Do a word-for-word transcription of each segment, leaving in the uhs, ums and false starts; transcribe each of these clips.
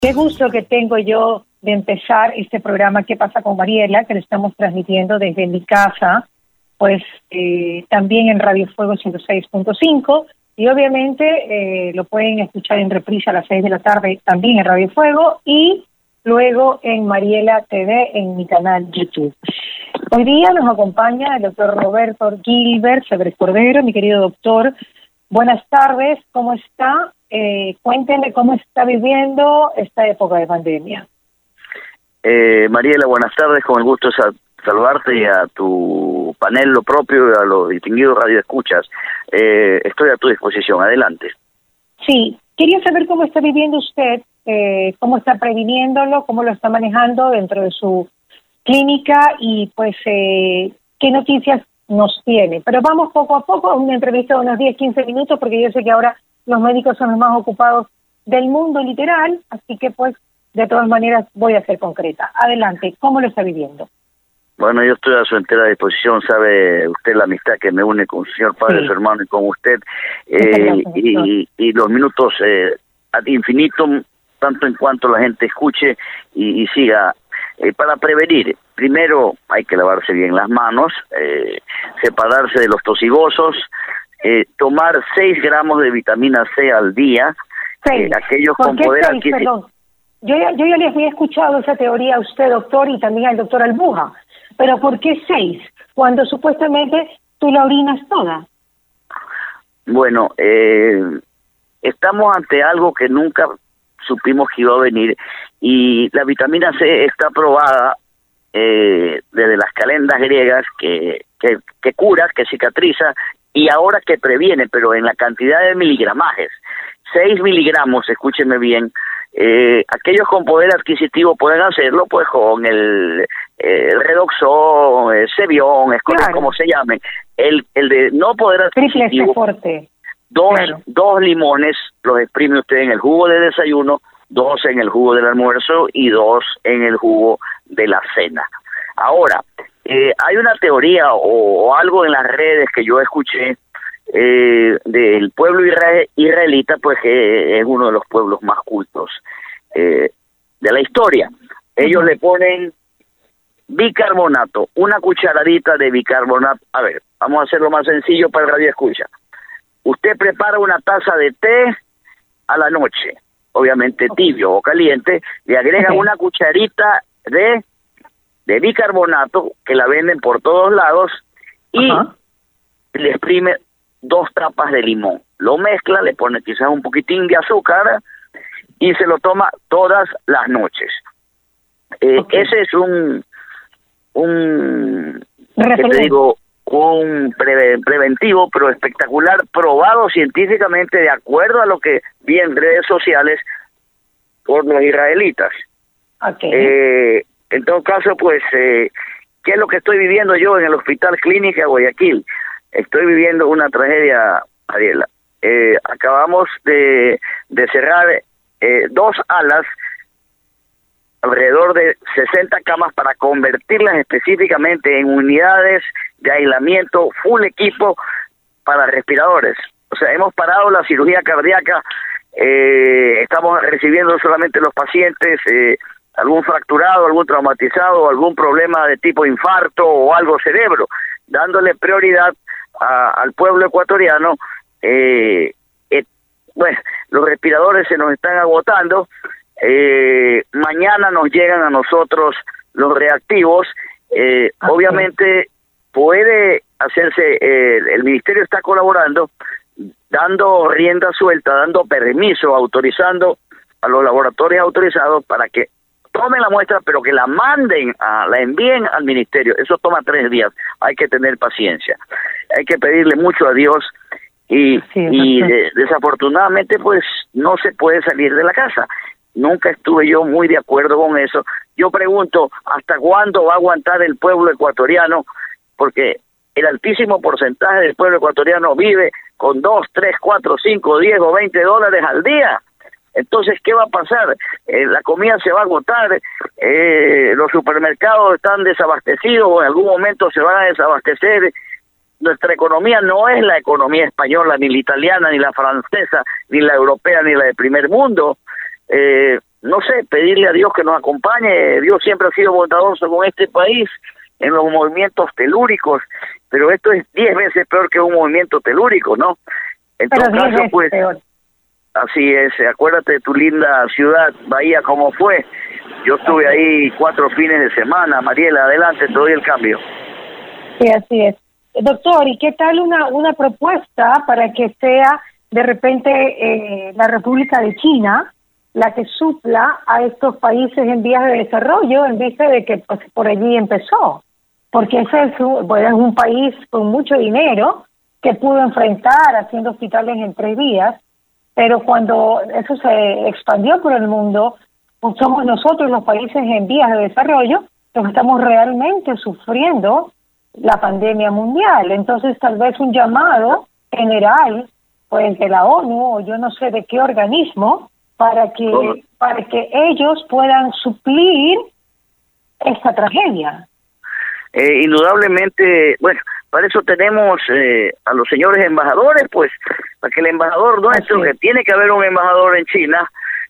Qué gusto que tengo yo de empezar este programa ¿Qué pasa con Mariela?, que lo estamos transmitiendo desde mi casa, pues eh, también en Radio Fuego ciento seis punto cinco y obviamente eh, lo pueden escuchar en reprisa a las seis de la tarde también en Radio Fuego y luego en Mariela T V en mi canal YouTube. Hoy día nos acompaña el doctor Roberto Gilbert Febres Cordero. Mi querido doctor, buenas tardes, ¿cómo está? Eh, cuéntenme cómo está viviendo esta época de pandemia. Eh, Mariela, buenas tardes, con el gusto de saludarte y a tu panel, lo propio, y a los distinguidos radioescuchas. Eh, estoy a tu disposición, adelante. Sí, quería saber cómo está viviendo usted, eh, cómo está previniéndolo, cómo lo está manejando dentro de su clínica y pues eh, qué noticias nos tiene. Pero vamos poco a poco a una entrevista de unos diez, quince minutos, porque yo sé que ahora los médicos son los más ocupados del mundo literal, así que pues de todas maneras voy a ser concreta. Adelante, ¿cómo lo está viviendo? Bueno, yo estoy a su entera disposición, sabe usted la amistad que me une con su señor padre, sí, su hermano y con usted, eh, y, y los minutos eh, ad infinitum, tanto en cuanto la gente escuche y, y siga. Eh, para prevenir, primero hay que lavarse bien las manos, eh, separarse de los tosigosos, eh, tomar seis gramos de vitamina C al día, eh, aquellos con poder adquisitivo. Yo ya, yo ya les había escuchado esa teoría a usted, doctor, y también al doctor Albuja, pero ¿por qué seis? Cuando supuestamente tú la orinas toda. Bueno, eh, estamos ante algo que nunca supimos que iba a venir, y la vitamina C está probada eh, desde las calendas griegas que, que, que cura, que cicatriza, y ahora que previene, pero en la cantidad de miligramajes, seis miligramos, escúcheme bien. Eh, aquellos con poder adquisitivo pueden hacerlo pues con el, el Redoxon, el Cevión, claro, como se llame. El, el de no poder adquisitivo, fuerte. Dos, claro. dos limones los exprime usted en el jugo de desayuno, dos en el jugo del almuerzo y dos en el jugo de la cena. Ahora, eh, hay una teoría o, o algo en las redes que yo escuché Eh, del pueblo israel, israelita, pues que es uno de los pueblos más cultos eh, de la historia. Ellos uh-huh. le ponen bicarbonato, una cucharadita de bicarbonato. A ver, vamos a hacerlo más sencillo para el radio escucha. Usted prepara una taza de té a la noche, obviamente tibio o caliente, le agrega okay. una cucharita de, de bicarbonato, que la venden por todos lados, y uh-huh. le exprime dos tapas de limón, lo mezcla, le pone quizás un poquitín de azúcar y se lo toma todas las noches. Eh, okay. Ese es un, un, ¿qué te digo? Un pre preventivo, pero espectacular, probado científicamente de acuerdo a lo que vi en redes sociales por los israelitas. Okay. Eh, en todo caso, pues, eh, ¿qué es lo que estoy viviendo yo en el Hospital Clínica Guayaquil? Estoy viviendo una tragedia, Mariela. Eh, acabamos de, de cerrar eh, dos alas, alrededor de sesenta camas, para convertirlas específicamente en unidades de aislamiento, full equipo para respiradores. O sea, hemos parado la cirugía cardíaca, eh, estamos recibiendo solamente los pacientes, eh, algún fracturado, algún traumatizado, algún problema de tipo infarto o algo cerebro, dándole prioridad A, al pueblo ecuatoriano. eh, eh, bueno, los respiradores se nos están agotando, eh, mañana nos llegan a nosotros los reactivos, eh, okay. obviamente puede hacerse, eh, el ministerio está colaborando, dando rienda suelta, dando permiso, autorizando a los laboratorios autorizados para que tomen la muestra, pero que la manden, a, la envíen al ministerio. Eso toma tres días, hay que tener paciencia, hay que pedirle mucho a Dios y, sí, y de, desafortunadamente pues no se puede salir de la casa. Nunca estuve yo muy de acuerdo con eso. Yo pregunto, ¿hasta cuándo va a aguantar el pueblo ecuatoriano? Porque el altísimo porcentaje del pueblo ecuatoriano vive con dos, tres, cuatro, cinco, diez o veinte dólares al día. Entonces, ¿qué va a pasar? Eh, la comida se va a agotar, eh, los supermercados están desabastecidos o en algún momento se van a desabastecer. Nuestra economía no es la economía española, ni la italiana, ni la francesa, ni la europea, ni la de primer mundo. eh, no sé, pedirle a Dios que nos acompañe. Dios siempre ha sido bondadoso con este país en los movimientos telúricos, pero esto es diez veces peor que un movimiento telúrico, ¿no? En pero todo caso, pues, peor. Así es. Acuérdate de tu linda ciudad, Bahía, cómo fue. Yo estuve ahí cuatro fines de semana. Mariela, adelante, te doy el cambio. Sí, así es. Doctor, ¿y qué tal una, una propuesta para que sea de repente eh, la República de China la que supla a estos países en vías de desarrollo en vista de que pues, por allí empezó? Porque ese es un, bueno, es un país con mucho dinero que pudo enfrentar haciendo hospitales en tres días, pero cuando eso se expandió por el mundo, pues somos nosotros los países en vías de desarrollo los que estamos realmente sufriendo la pandemia mundial. Entonces tal vez un llamado general pues de la ONU o yo no sé de qué organismo para que oh. para que ellos puedan suplir esta tragedia. Eh, indudablemente, bueno, para eso tenemos eh, a los señores embajadores, pues, para que el embajador nuestro, que tiene que haber un embajador en China,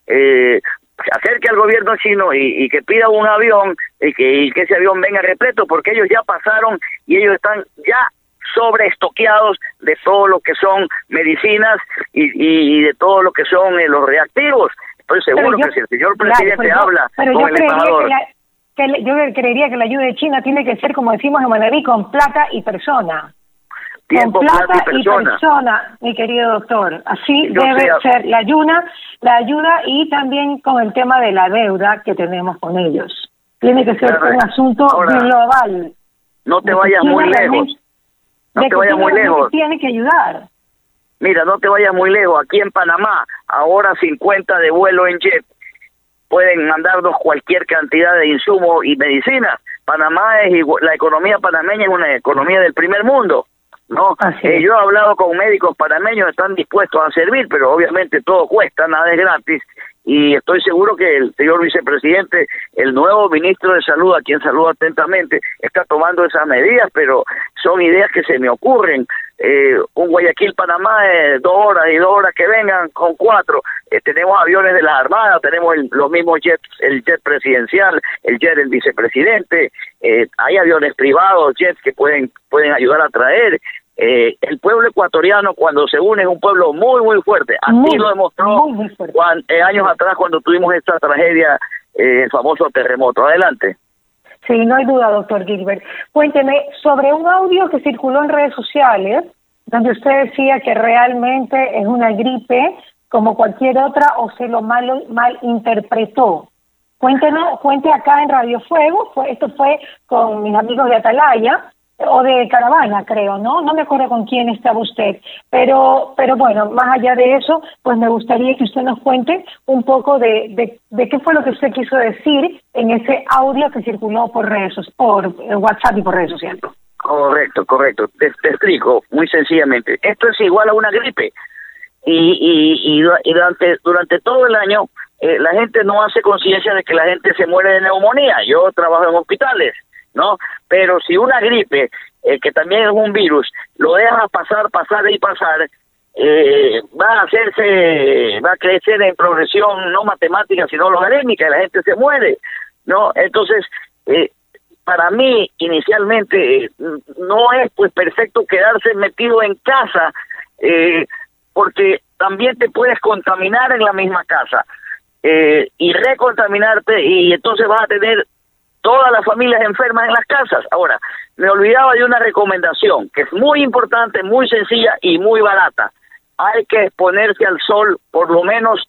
eh, se acerque al gobierno chino y, y que pida un avión y que, y que ese avión venga repleto, porque ellos ya pasaron y ellos están ya sobreestoqueados de todo lo que son medicinas y, y, y de todo lo que son eh, los reactivos. Estoy seguro yo, que si el señor presidente claro, habla pero con yo el embajador... Que la, que le, yo creería que la ayuda de China tiene que ser, como decimos en Manaví, con plata y persona. Tiempo, con plata, plata y, persona. y persona, mi querido doctor. Así yo debe sea, ser la ayuda, la ayuda y también con el tema de la deuda que tenemos con ellos. Tiene que ser claro, un asunto ahora, global. No te vayas muy lejos. No te vayas muy lejos. Tiene que ayudar. Mira, no te vayas muy lejos. Aquí en Panamá, ahora cincuenta de vuelo en jet, pueden mandarnos cualquier cantidad de insumos y medicinas. Panamá es igual, la economía panameña es una economía del primer mundo, ¿no? Eh, yo he hablado con médicos panameños, están dispuestos a servir, pero obviamente todo cuesta, nada es gratis. Y estoy seguro que el señor vicepresidente, el nuevo ministro de Salud, a quien saludo atentamente, está tomando esas medidas, pero son ideas que se me ocurren. Eh, un Guayaquil-Panamá, eh, dos horas y dos horas que vengan con cuatro. Eh, tenemos aviones de la Armada, tenemos el, los mismos jets, el jet presidencial, el jet del vicepresidente, eh, hay aviones privados, jets que pueden, pueden ayudar a traer. Eh, el pueblo ecuatoriano cuando se une es un pueblo muy muy fuerte, así muy, lo demostró muy, muy cuando, eh, años atrás cuando tuvimos esta tragedia, eh, el famoso terremoto. Adelante. Sí, no hay duda, doctor Gilbert. Cuénteme sobre un audio que circuló en redes sociales donde usted decía que realmente es una gripe como cualquier otra o se lo mal, mal interpretó. Cuéntenos, cuente acá en Radio Fuego, fue, esto fue con mis amigos de Atalaya, o de Caravana, creo, ¿no? No me acuerdo con quién estaba usted, pero pero bueno, más allá de eso, pues me gustaría que usted nos cuente un poco de, de, de qué fue lo que usted quiso decir en ese audio que circuló por redes, por WhatsApp y por redes sociales. Correcto, correcto. Te, te explico muy sencillamente. Esto es igual a una gripe y y, y, y durante durante todo el año eh, la gente no hace conciencia de que la gente se muere de neumonía. Yo trabajo en hospitales, ¿no? Pero si una gripe, eh, que también es un virus, lo deja pasar, pasar y pasar, eh, va a hacerse, va a crecer en progresión no matemática, sino logarítmica, y la gente se muere, ¿no? Entonces, eh, para mí, inicialmente, eh, no es pues perfecto quedarse metido en casa, eh, porque también te puedes contaminar en la misma casa, eh, y recontaminarte, y entonces vas a tener todas las familias enfermas en las casas. Ahora, me olvidaba de una recomendación que es muy importante, muy sencilla y muy barata. Hay que exponerse al sol por lo menos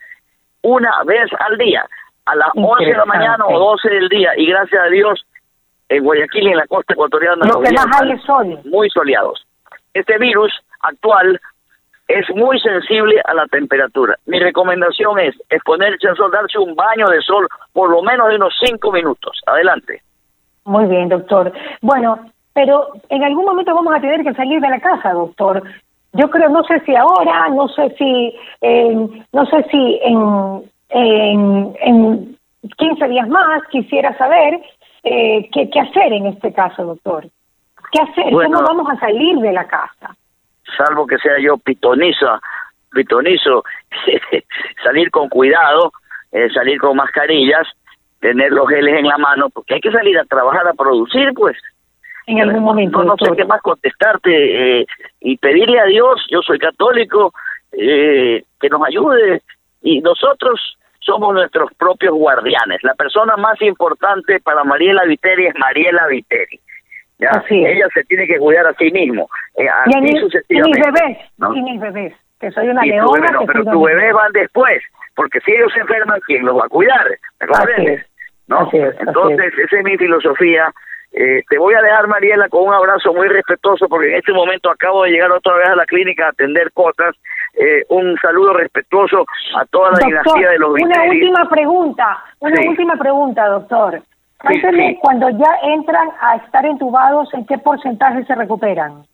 una vez al día, a las once de la mañana o doce del día, y gracias a Dios, en Guayaquil y en la costa ecuatoriana lo que más hay es sol, muy soleados. Este virus actual es muy sensible a la temperatura. Mi recomendación es exponerse al sol, darse un baño de sol por lo menos de unos cinco minutos. Adelante. Muy bien, doctor. Bueno, pero en algún momento vamos a tener que salir de la casa, doctor. Yo creo, no sé si ahora, no sé si, eh, no sé si en, en, en quince días más. Quisiera saber eh, qué, qué hacer en este caso, doctor. ¿Qué hacer? Bueno, ¿cómo vamos a salir de la casa? Salvo que sea yo pitonizo, pitonizo, salir con cuidado, eh, salir con mascarillas, tener los geles en la mano, porque hay que salir a trabajar, a producir, pues. En algún momento. No, no sé qué más contestarte eh, y pedirle a Dios, yo soy católico, eh, que nos ayude, y nosotros somos nuestros propios guardianes. La persona más importante para Mariela Viteri es Mariela Viteri. ¿Ya? Así es. Ella se tiene que cuidar a sí mismo. Eh, y, así mi, sucesivamente, y mis bebés, ¿no? y mis bebés, que soy una y leona. tu bebé, no, que pero soy tus bebés van después, porque si ellos se enferman, ¿quién los va a cuidar? ¿Me comprendes? Así es. ¿No? Así es, Entonces, así es. esa es mi filosofía. Eh, te voy a dejar, Mariela, con un abrazo muy respetuoso, porque en este momento acabo de llegar otra vez a la clínica a atender cosas. Eh, un saludo respetuoso a toda la Doctor, dinastía de los Viteri. Una última pregunta, una Sí. última pregunta, doctor. Sí, Cuénteme, sí. cuando ya entran a estar entubados, ¿en qué porcentaje se recuperan?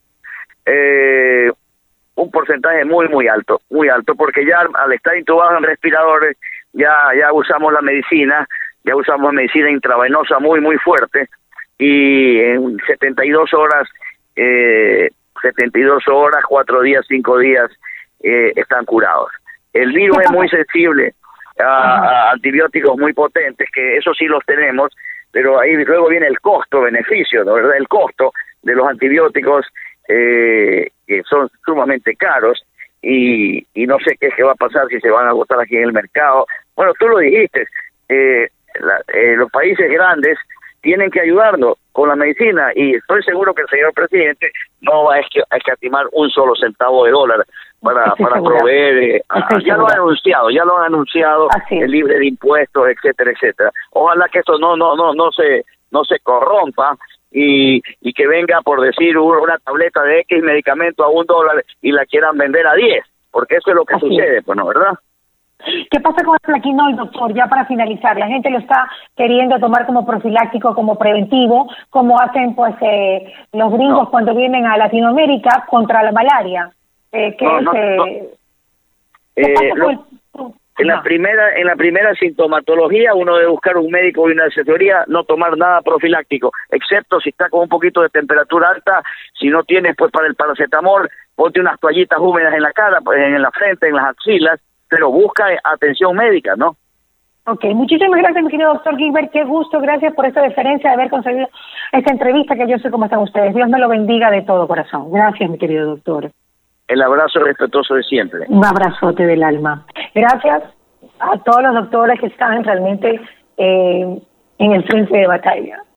Eh, un porcentaje muy, muy alto, muy alto, porque ya al, al estar intubados en respiradores, ya, ya usamos la medicina, ya usamos medicina intravenosa muy, muy fuerte, y en setenta y dos horas, eh, setenta y dos horas, cuatro días, cinco días, eh, están curados. El virus es muy sensible a, a antibióticos muy potentes, que eso sí los tenemos, pero ahí luego viene el costo-beneficio, ¿no? ¿Verdad? El costo de los antibióticos, eh, que son sumamente caros, y, y no sé qué es que va a pasar, si se van a agotar aquí en el mercado. Bueno, tú lo dijiste, eh, la, eh, los países grandes tienen que ayudarnos con la medicina, y estoy seguro que el señor presidente no va a escatimar un solo centavo de dólar para, Estoy para segura. proveer, eh, a, Estoy ya lo segura. han anunciado, ya lo han anunciado, Así es. el libre de impuestos, etcétera, etcétera. Ojalá que esto no, no, no, no se, no se corrompa, y, y que venga, por decir, una tableta de X medicamento a un dólar y la quieran vender a diez, porque eso es lo que Así sucede, es. pues, ¿no? ¿Verdad? ¿Qué pasa con el plaquenol, doctor? Ya para finalizar, la gente lo está queriendo tomar como profiláctico, como preventivo, como hacen pues eh, los gringos No. cuando vienen a Latinoamérica contra la malaria. Eh, ¿qué No, es, no, eh, no. ¿qué Eh, pasa lo- con el- En la Ajá. primera en la primera sintomatología uno debe buscar un médico y una asesoría, no tomar nada profiláctico, excepto si está con un poquito de temperatura alta. Si no tienes, pues para el paracetamol, ponte unas toallitas húmedas en la cara, pues, en la frente, en las axilas, pero busca eh, atención médica, ¿no? Ok, muchísimas gracias, mi querido doctor Gilbert. Qué gusto, gracias por esta deferencia de haber conseguido esta entrevista, que yo sé cómo están ustedes. Dios me lo bendiga de todo corazón. Gracias, mi querido doctor. El abrazo respetuoso de siempre. Un abrazote del alma. Gracias a todos los doctores que están realmente eh, en el frente de batalla.